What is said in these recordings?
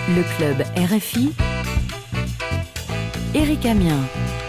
Le club RFI, Éric Amiens.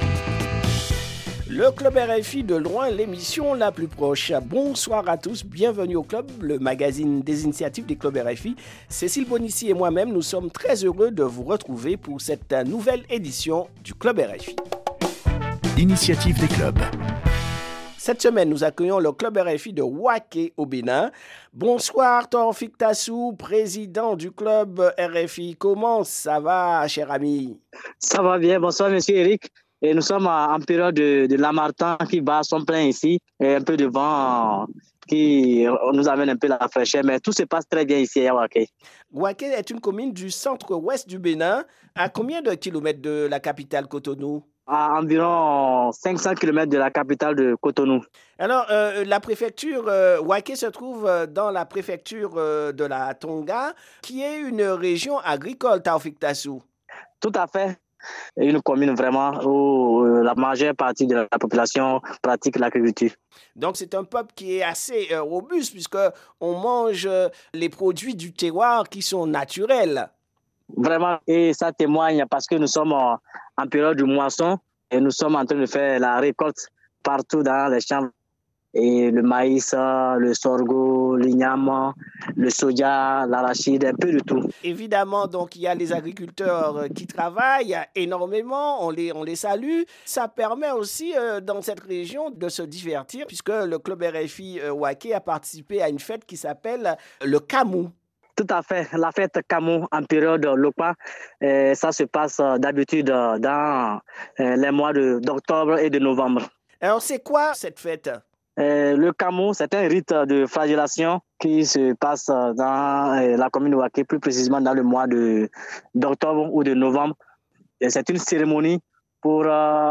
Le club RFI de loin, l'émission la plus proche. Bonsoir à tous, bienvenue au club, le magazine des initiatives des clubs RFI. Cécile Bonissi et moi-même, nous sommes très heureux de vous retrouver pour cette nouvelle édition du club RFI. Initiative des clubs. Cette semaine, nous accueillons le club RFI de Ouaké au Bénin. Bonsoir Taoufik Tassou, président du club RFI. Comment ça va, cher ami? Ça va bien, bonsoir monsieur Eric. Et nous sommes en période de Lamartin qui bat son plein ici, et un peu de vent qui nous amène un peu la fraîcheur, mais tout se passe très bien ici à Ouaké. Ouaké est une commune du centre-ouest du Bénin. À combien de kilomètres de la capitale Cotonou? À environ 500 km de la capitale de Cotonou. Alors, la préfecture Ouaké se trouve dans la préfecture de la Tonga, qui est une région agricole, Taoufik Tassou. Tout à fait. Une commune vraiment où la majeure partie de la population pratique l'agriculture. Donc, c'est un peuple qui est assez robuste, puisqu'on mange les produits du terroir qui sont naturels. Vraiment, et ça témoigne parce que nous sommes en période de moisson et nous sommes en train de faire la récolte partout dans les champs. Et le maïs, le sorgho, l'igname, le soja, l'arachide, un peu de tout. Évidemment, donc il y a les agriculteurs qui travaillent énormément, on les salue. Ça permet aussi dans cette région de se divertir puisque le club RFI Ouaké a participé à une fête qui s'appelle le Kamou. Tout à fait. La fête Kamou en période Lokpa, ça se passe d'habitude dans les mois d'octobre et de novembre. Alors c'est quoi cette fête ? Le Kamou, c'est un rite de flagellation qui se passe dans la commune de Ouaké, plus précisément dans le mois d'octobre ou de novembre. Et c'est une cérémonie pour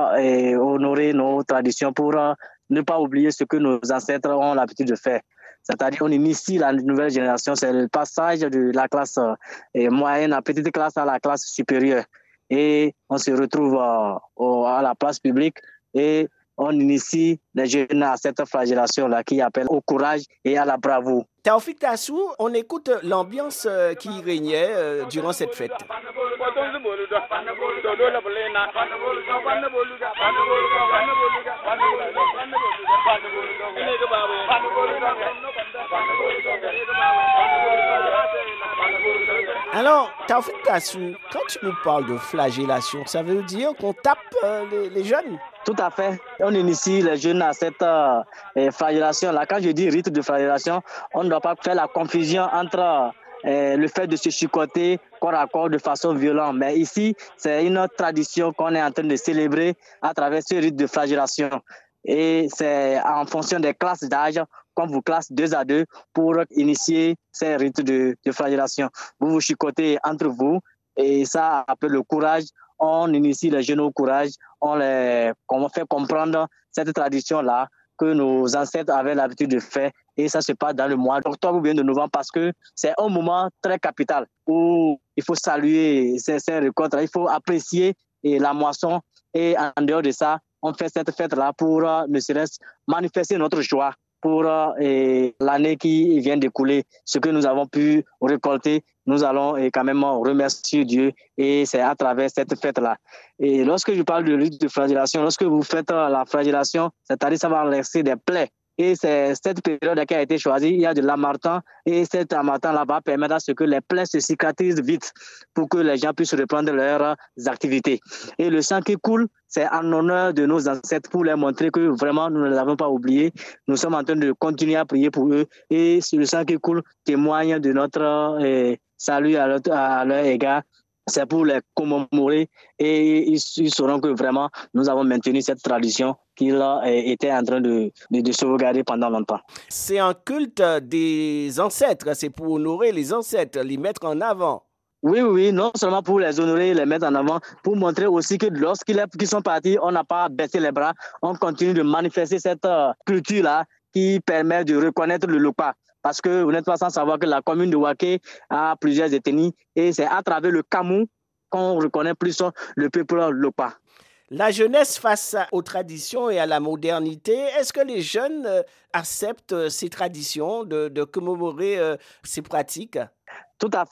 honorer nos traditions, pour ne pas oublier ce que nos ancêtres ont l'habitude de faire. C'est-à-dire on initie la nouvelle génération, c'est le passage de la classe moyenne, la petite classe à la classe supérieure. Et on se retrouve à la place publique et on initie les jeunes à cette flagellation-là qui appelle au courage et à la bravoure. Taoufik Tassou, on écoute l'ambiance qui régnait durant cette fête. Alors, Taoufik Tassou, quand tu nous parles de flagellation, ça veut dire qu'on tape les jeunes? Tout à fait. On initie les jeunes à cette flagellation-là. Quand je dis rite de flagellation, on ne doit pas faire la confusion entre le fait de se chicoter corps à corps de façon violente. Mais ici, c'est une tradition qu'on est en train de célébrer à travers ce rite de flagellation. Et c'est en fonction des classes d'âge qu'on vous classe 2 à 2 pour initier ces rites de flagellation. Vous vous chicotez entre vous et ça appelle le courage. On initie les jeunes au courage, on fait comprendre cette tradition-là que nos ancêtres avaient l'habitude de faire. Et ça se passe dans le mois d'octobre ou bien de novembre parce que c'est un moment très capital où il faut saluer ces récoltes, il faut apprécier la moisson. Et en dehors de ça, on fait cette fête-là pour ne serait-ce manifester notre joie pour l'année qui vient d'écouler, ce que nous avons pu récolter, nous allons quand même remercier Dieu et c'est à travers cette fête-là. Et lorsque je parle de rite de flagellation, lorsque vous faites la flagellation, c'est-à-dire ça va laisser des plaies. Et c'est cette période qui a été choisie, il y a de l'amartan et cet amartan-là va permettre à ce que les plaies se cicatrisent vite pour que les gens puissent reprendre leurs activités. Et le sang qui coule, c'est en honneur de nos ancêtres pour leur montrer que vraiment nous ne les avons pas oubliés. Nous sommes en train de continuer à prier pour eux et le sang qui coule témoigne de notre salut à leur égard. C'est pour les commémorer et ils sauront que vraiment nous avons maintenu cette tradition qu'ils étaient en train de sauvegarder pendant longtemps. C'est un culte des ancêtres, c'est pour honorer les ancêtres, les mettre en avant. Oui, non seulement pour les honorer, les mettre en avant, pour montrer aussi que lorsqu'ils sont partis, on n'a pas baissé les bras, on continue de manifester cette culture-là qui permet de reconnaître le Lokpa. Parce que vous n'êtes pas sans savoir que la commune de Ouaké a plusieurs ethnies et c'est à travers le Kamou qu'on reconnaît plus le peuple Lokpa. La jeunesse face aux traditions et à la modernité, est-ce que les jeunes acceptent ces traditions de commémorer ces pratiques? Tout à fait.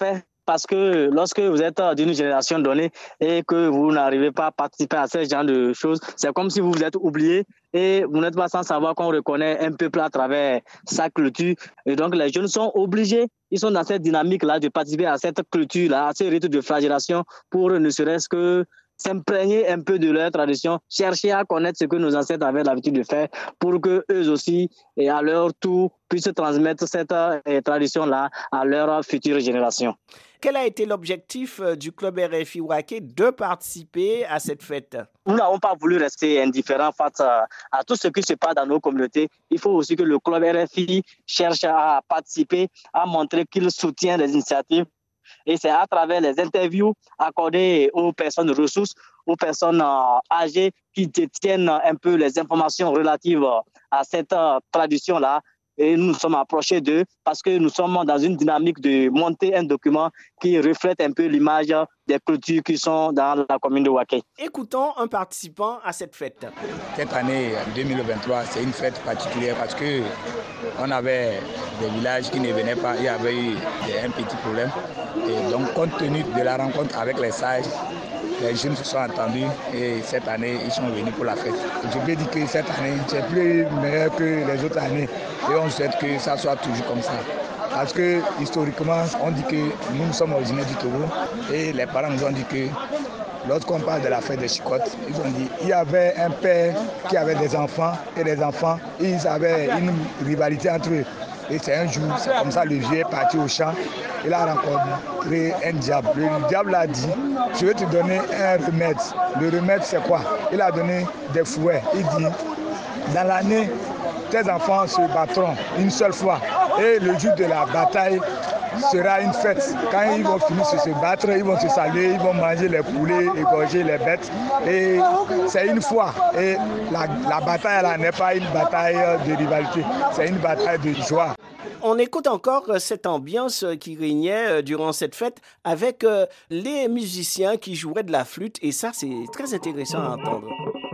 parce que lorsque vous êtes d'une génération donnée et que vous n'arrivez pas à participer à ce genre de choses, c'est comme si vous vous êtes oublié et vous n'êtes pas sans savoir qu'on reconnaît un peuple à travers sa culture. Et donc, les jeunes sont obligés, ils sont dans cette dynamique-là de participer à cette culture-là, à ce rite de flagellation pour ne serait-ce que s'imprégner un peu de leur tradition, chercher à connaître ce que nos ancêtres avaient l'habitude de faire pour que eux aussi, et à leur tour, puissent transmettre cette tradition-là à leur future génération. Quel a été l'objectif du club RFI Waké de participer à cette fête? Nous n'avons pas voulu rester indifférents face à tout ce qui se passe dans nos communautés. Il faut aussi que le club RFI cherche à participer, à montrer qu'il soutient les initiatives. Et c'est à travers les interviews accordées aux personnes ressources, aux personnes âgées qui détiennent un peu les informations relatives à cette tradition-là. Et nous nous sommes approchés d'eux parce que nous sommes dans une dynamique de monter un document qui reflète un peu l'image des cultures qui sont dans la commune de Waké. Écoutons un participant à cette fête. Cette année 2023, c'est une fête particulière parce qu'on avait des villages qui ne venaient pas, il y avait eu un petit problème. Et donc, compte tenu de la rencontre avec les sages, les jeunes se sont entendus et cette année, ils sont venus pour la fête. Je peux dire que cette année, c'est plus meilleur que les autres années et on souhaite que ça soit toujours comme ça. Parce que historiquement, on dit que nous sommes originaires du Togo et les parents nous ont dit que lorsqu'on parle de la fête des Chicottes, ils ont dit qu'il y avait un père qui avait des enfants et les enfants, ils avaient une rivalité entre eux. Et c'est un jour, c'est comme ça, le vieux est parti au champ, il a rencontré un diable. Le diable a dit, je vais te donner un remède. Le remède, c'est quoi? Il a donné des fouets. Il dit, dans l'année, tes enfants se battront une seule fois. Et le jour de la bataille sera une fête. Quand ils vont finir de se battre, ils vont se saluer, ils vont manger les poulets, égorger les bêtes. Et c'est une fois. Et la bataille là n'est pas une bataille de rivalité, c'est une bataille de joie. On écoute encore cette ambiance qui régnait durant cette fête avec les musiciens qui joueraient de la flûte. Et ça, c'est très intéressant à entendre.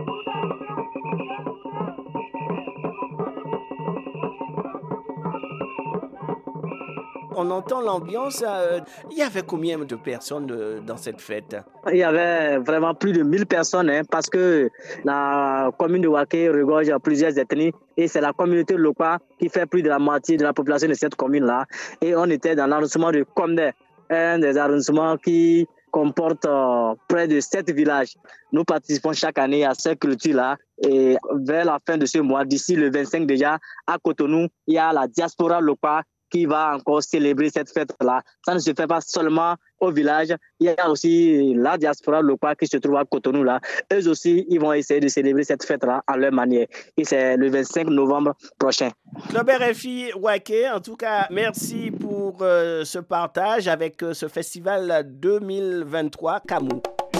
On entend l'ambiance. Il y avait combien de personnes dans cette fête? Il y avait vraiment plus de 1000 personnes parce que la commune de Waké regorge plusieurs ethnies et c'est la communauté locale qui fait plus de la moitié de la population de cette commune-là. Et on était dans l'arrondissement de Komdé, un des arrondissements qui comporte près de 7 villages. Nous participons chaque année à cette culture-là et vers la fin de ce mois, d'ici le 25 déjà, à Cotonou, il y a la diaspora locale qui va encore célébrer cette fête-là. Ça ne se fait pas seulement au village, il y a aussi la diaspora locale qui se trouve à Cotonou là. Eux aussi, ils vont essayer de célébrer cette fête-là à leur manière. Et c'est le 25 novembre prochain. Club RFI Waké, en tout cas, merci pour ce partage avec ce festival 2023 Kamou.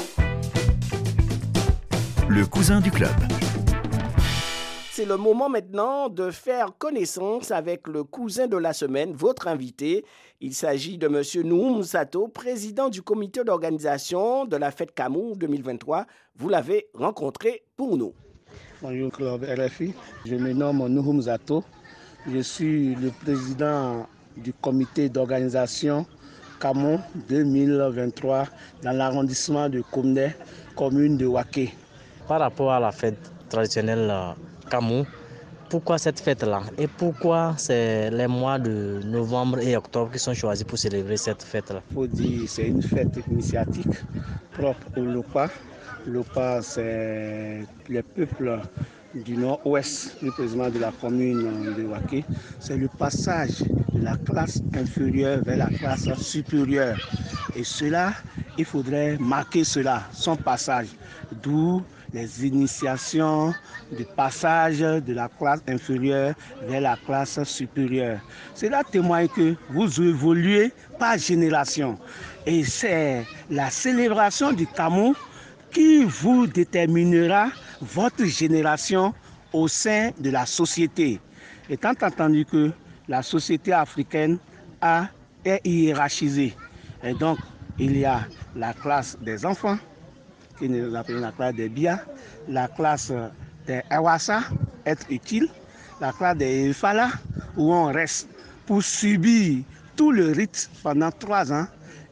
Le cousin du club. C'est le moment maintenant de faire connaissance avec le cousin de la semaine, votre invité. Il s'agit de M. Nouhou Moussato, président du comité d'organisation de la fête Kamou 2023. Vous l'avez rencontré pour nous. Bonjour Club RFI, je me nomme Nouhou Moussato. Je suis le président du comité d'organisation Kamou 2023 dans l'arrondissement de Komdé, commune de Waké. Par rapport à la fête traditionnelle Kamou, pourquoi cette fête-là et pourquoi c'est les mois de novembre et octobre qui sont choisis pour célébrer cette fête-là? Il faut dire que c'est une fête initiatique propre au Lopa. Lopa, c'est les peuples du nord-ouest, plus précisément de la commune de Waké. C'est le passage de la classe inférieure vers la classe supérieure. Et cela, il faudrait marquer cela, son passage, d'où les initiations de passage de la classe inférieure vers la classe supérieure. Cela témoigne que vous évoluez par génération. Et c'est la célébration du Kamou qui vous déterminera votre génération au sein de la société. Étant entendu que la société africaine est hiérarchisée. Et donc, il y a la classe des enfants, qui nous appelons la classe des Bia, la classe des Awassa, être utile, la classe des Ifala, où on reste pour subir tout le rite pendant 3 ans,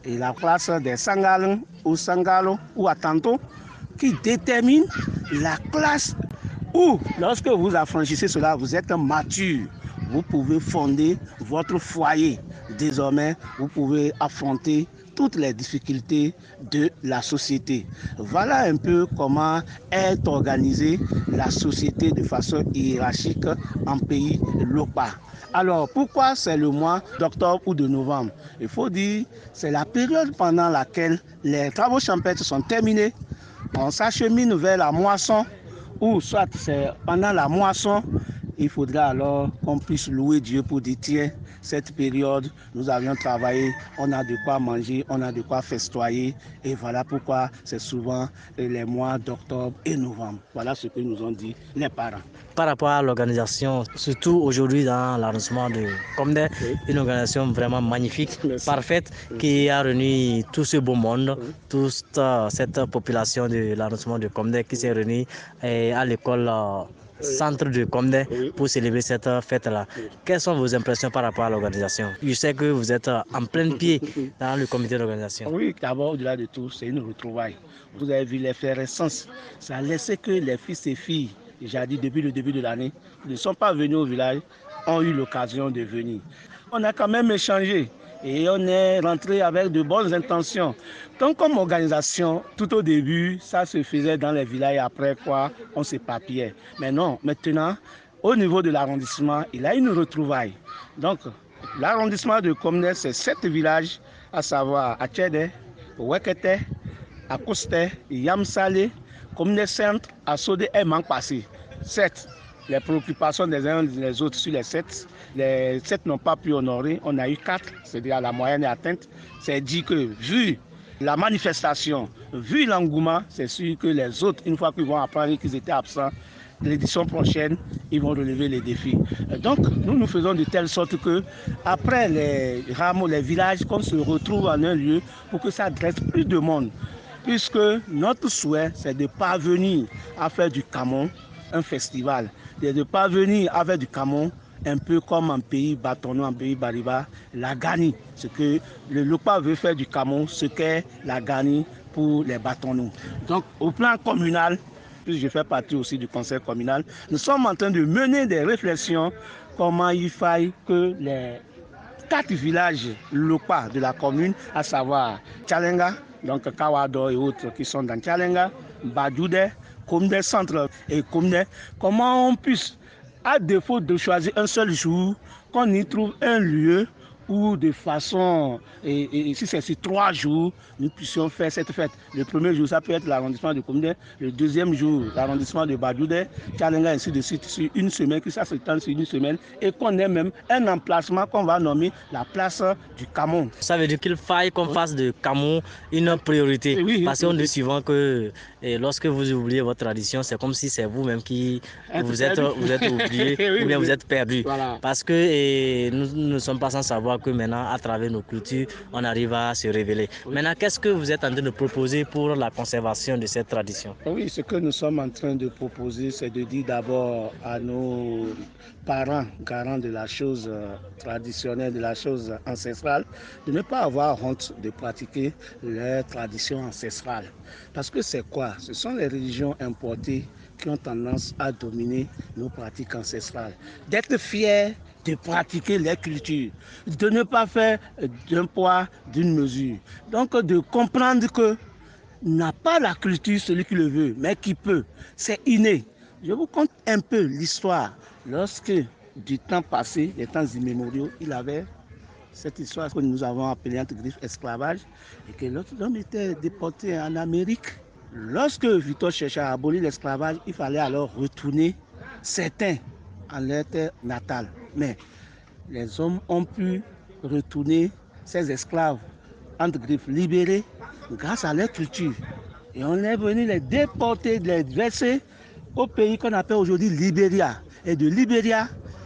et la classe des Sangalons ou Sangalo ou Atanto qui détermine la classe où, lorsque vous affranchissez cela, vous êtes mature. Vous pouvez fonder votre foyer. Désormais, vous pouvez affronter toutes les difficultés de la société. Voilà un peu comment est organisée la société de façon hiérarchique en pays local. Alors, pourquoi c'est le mois d'octobre ou de novembre? Il faut dire c'est la période pendant laquelle les travaux champêtres sont terminés. On s'achemine vers la moisson, ou soit c'est pendant la moisson, il faudra alors qu'on puisse louer Dieu pour dire tiens, cette période, nous avions travaillé, on a de quoi manger, on a de quoi festoyer, et voilà pourquoi c'est souvent les mois d'octobre et novembre. Voilà ce que nous ont dit les parents. Par rapport à l'organisation, surtout aujourd'hui dans l'arrondissement de Komdé, une organisation vraiment magnifique, parfaite, qui a réuni tout ce beau monde, toute cette population de l'arrondissement de Komdé qui s'est réunie à l'école centre de Komdé pour célébrer cette fête-là. Quelles sont vos impressions par rapport à l'organisation? Je sais que vous êtes en plein pied dans le comité d'organisation. Oui, d'abord, au-delà de tout, c'est une retrouvaille. Vous avez vu l'effervescence. Ça a laissé que les fils et filles, j'ai dit depuis le début de l'année, ne sont pas venus au village, ont eu l'occasion de venir. On a quand même échangé et on est rentré avec de bonnes intentions. Donc comme organisation, tout au début, ça se faisait dans les villages, après quoi, on s'éparpillait. Mais non, maintenant, au niveau de l'arrondissement, il y a une retrouvaille. Donc, l'arrondissement de Komdé, c'est 7 villages, à savoir Atchede, Wekete, Akoste, Yamsale, Komdé Centre, Assode et Mankpassi. 7. Les préoccupations des uns et des autres sur les 7. Les 7 n'ont pas pu honorer. On a eu 4, c'est-à-dire la moyenne est atteinte. C'est dit que vu la manifestation, vu l'engouement, c'est sûr que les autres, une fois qu'ils vont apprendre qu'ils étaient absents, l'édition prochaine, ils vont relever les défis. Donc, nous faisons de telle sorte que, après les rameaux, les villages, qu'on se retrouve en un lieu pour que ça dresse plus de monde. Puisque notre souhait, c'est de parvenir à faire du Camon un festival, de parvenir à faire du Camon un peu comme en pays Batono, en pays Bariba, la Gani. Ce que le Lopa veut faire du Camon, ce qu'est la Gani pour les Batono. Donc, au plan communal, puisque je fais partie aussi du conseil communal, nous sommes en train de mener des réflexions comment il faille que les 4 villages locaux de la commune, à savoir Tchalenga, donc Kawado et autres qui sont dans Tchalenga, Badjoudé, Komdé Centre et Komdé, comment on puisse, à défaut de choisir un seul jour, qu'on y trouve un lieu où de façon, et si c'est sur 3 jours, nous puissions faire cette fête. Le premier jour, ça peut être l'arrondissement de Komdé, le deuxième jour, l'arrondissement de Badjoudé, Tchalenga, ainsi de suite, sur une semaine, que ça s'étend sur une semaine, et qu'on ait même un emplacement qu'on va nommer la place du Camon. Ça veut dire qu'il faille qu'on fasse de Camon une priorité, parce qu'on dit souvent que lorsque vous oubliez votre tradition, c'est comme si c'est vous-même qui vous êtes oublié ou bien vous êtes perdu. Voilà. Parce que nous ne sommes pas sans savoir que maintenant, à travers nos cultures, on arrive à se révéler. Oui. Maintenant, qu'est-ce que vous êtes en train de proposer pour la conservation de cette tradition? Oui, ce que nous sommes en train de proposer, c'est de dire d'abord à nos parents, garants de la chose traditionnelle, de la chose ancestrale, de ne pas avoir honte de pratiquer leur tradition ancestrale. Parce que c'est quoi? Ce sont les religions importées qui ont tendance à dominer nos pratiques ancestrales. D'être fiers de pratiquer les cultures, de ne pas faire d'un poids, d'une mesure. Donc de comprendre que n'a pas la culture celui qui le veut, mais qui peut. C'est inné. Je vous conte un peu l'histoire. Lorsque, du temps passé, les temps immémoriaux, il avait cette histoire que nous avons appelée entre griffes esclavage, et que l'autre homme était déporté en Amérique. Lorsque Victor cherchait à abolir l'esclavage, il fallait alors retourner certains en leur terre natale. Mais les hommes ont pu retourner ces esclaves entre griffes libérés grâce à leur culture. Et on est venu les déporter, les verser au pays qu'on appelle aujourd'hui Libéria. Et de Libéria,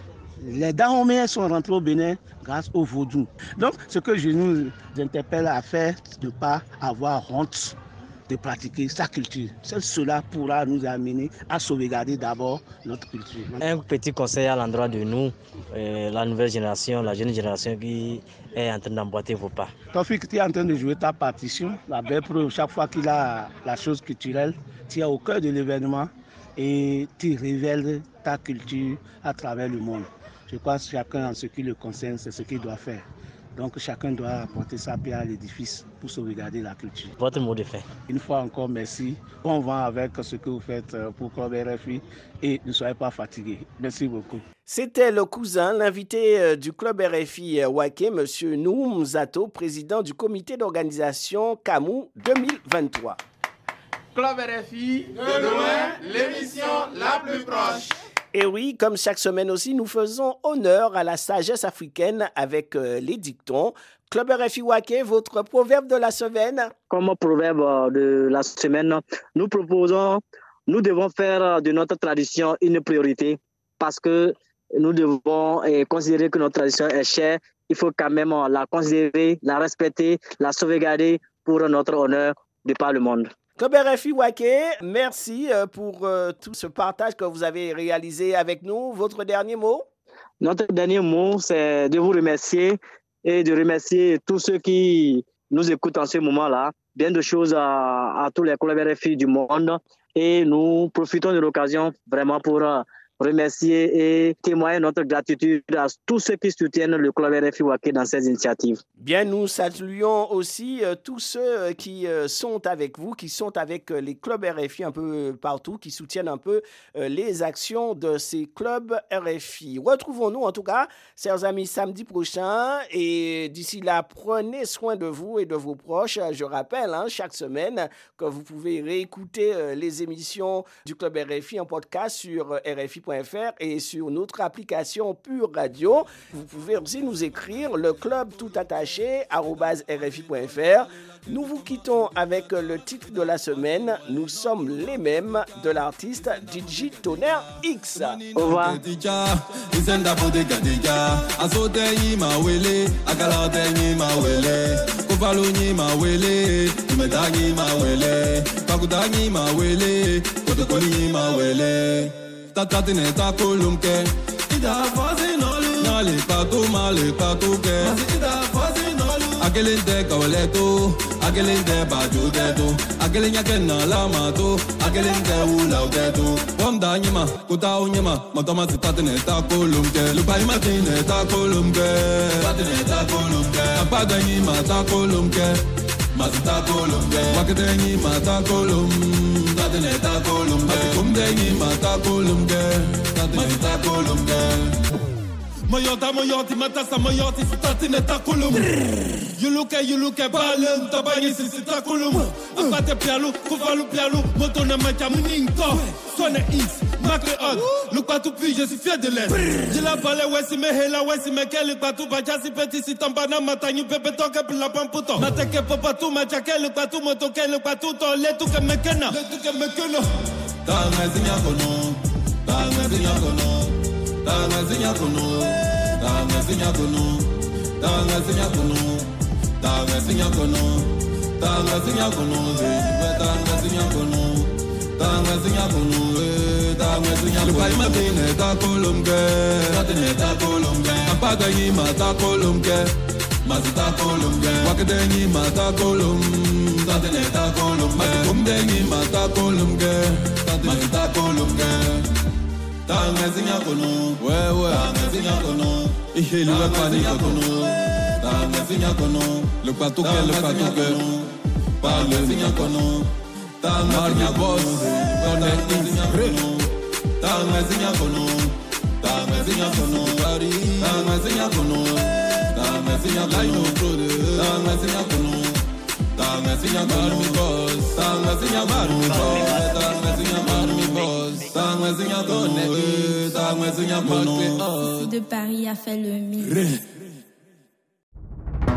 les Dahoméens sont rentrés au Bénin grâce au vaudou. Donc, ce que je nous interpelle à faire, c'est de ne pas avoir honte de pratiquer sa culture. Seul cela pourra nous amener à sauvegarder d'abord notre culture. Un petit conseil à l'endroit de nous, la nouvelle génération, la jeune génération qui est en train d'emboîter vos pas. Tofik, tu es en train de jouer ta partition. La belle preuve, chaque fois qu'il a la chose culturelle, tu es au cœur de l'événement et tu révèles ta culture à travers le monde. Je crois que chacun, en ce qui le concerne, c'est ce qu'il doit faire. Donc chacun doit apporter sa pierre à l'édifice pour sauvegarder la culture. Votre mot de fin. Une fois encore, merci. Bon vent avec ce que vous faites pour Club RFI et ne soyez pas fatigués. Merci beaucoup. C'était le cousin, l'invité du Club RFI Waké, M. Noum Zato, président du comité d'organisation CAMU 2023. Club RFI, de loin, l'émission la plus proche. Et oui, comme chaque semaine aussi, nous faisons honneur à la sagesse africaine avec les dictons. Club RFI Waké, votre proverbe de la semaine. Comme proverbe de la semaine, nous devons faire de notre tradition une priorité parce que nous devons considérer que notre tradition est chère. Il faut quand même la considérer, la respecter, la sauvegarder pour notre honneur de par le monde. Club RFI Waké, merci pour tout ce partage que vous avez réalisé avec nous. Votre dernier mot? Notre dernier mot, c'est de vous remercier et de remercier tous ceux qui nous écoutent en ce moment-là. Bien de choses à tous les clubs RFI du monde. Et nous profitons de l'occasion vraiment pour remercier et témoigner notre gratitude à tous ceux qui soutiennent le Club RFI Waké dans ces initiatives. Bien, nous saluons aussi tous ceux qui sont avec vous, qui sont avec les clubs RFI un peu partout, qui soutiennent un peu les actions de ces clubs RFI. Retrouvons-nous en tout cas, chers amis, samedi prochain. Et d'ici là, prenez soin de vous et de vos proches. Je rappelle, chaque semaine, que vous pouvez réécouter les émissions du Club RFI en podcast sur RFI.fr et sur notre application Pure Radio. Vous pouvez aussi nous écrire le club tout attaché @rfi.fr. Nous vous quittons avec le titre de la semaine. Nous sommes les mêmes de l'artiste DJ Tonnerre X. Au revoir. Takatine takolumke ida fazi nolu nale pato ke ida fazi nolu agelinde kawleto agelinde bajudeto agelinya kenna lamato agelinde ulaudeto bomda nyima kuta unyima matoma tatine takolumke lupai matine takolumke apada nyima takolumke mazita kolumke wakete mata kolum tatine takolumke kumdengi mata kolumke mazita kolumke moyoti matasa moyoti tatine takolum you look balum tabani sisi takolum apate pialu kuvalu pialu motona machamuninko sone is macre od look pas tout puis je suis fier de l'être je la balé wesi me hela wesi me kele patu bajasi petit si tambana matanyu pepe toke pla pamputo mateke popatu machakele patu motokele patu to le tu que me kena tangazinya kono tangazinya kono tangazinya kono tangazinya kono tangazinya kono tangazinya kono tangazinya kono tangazinya kono tangazinya kono tangazinya kono lupai matine takolumke tatine takolumke apada yima takolumke mazita kolumke wakadeni mata kolum tatine takolumke kumdeni mata kolumke mazita kolumke tangazinya kono wewe tangazinya kono iheli wepani kono tangazinya kono le patuke tangazinya kono tangazinya boss tangazinya kono tangazinya kono tangazinya kono tangazinya kono tangazinya kono tangazinya kono tangazinya boss tangazinya boss tangazinya kono De Paris a fait le mix.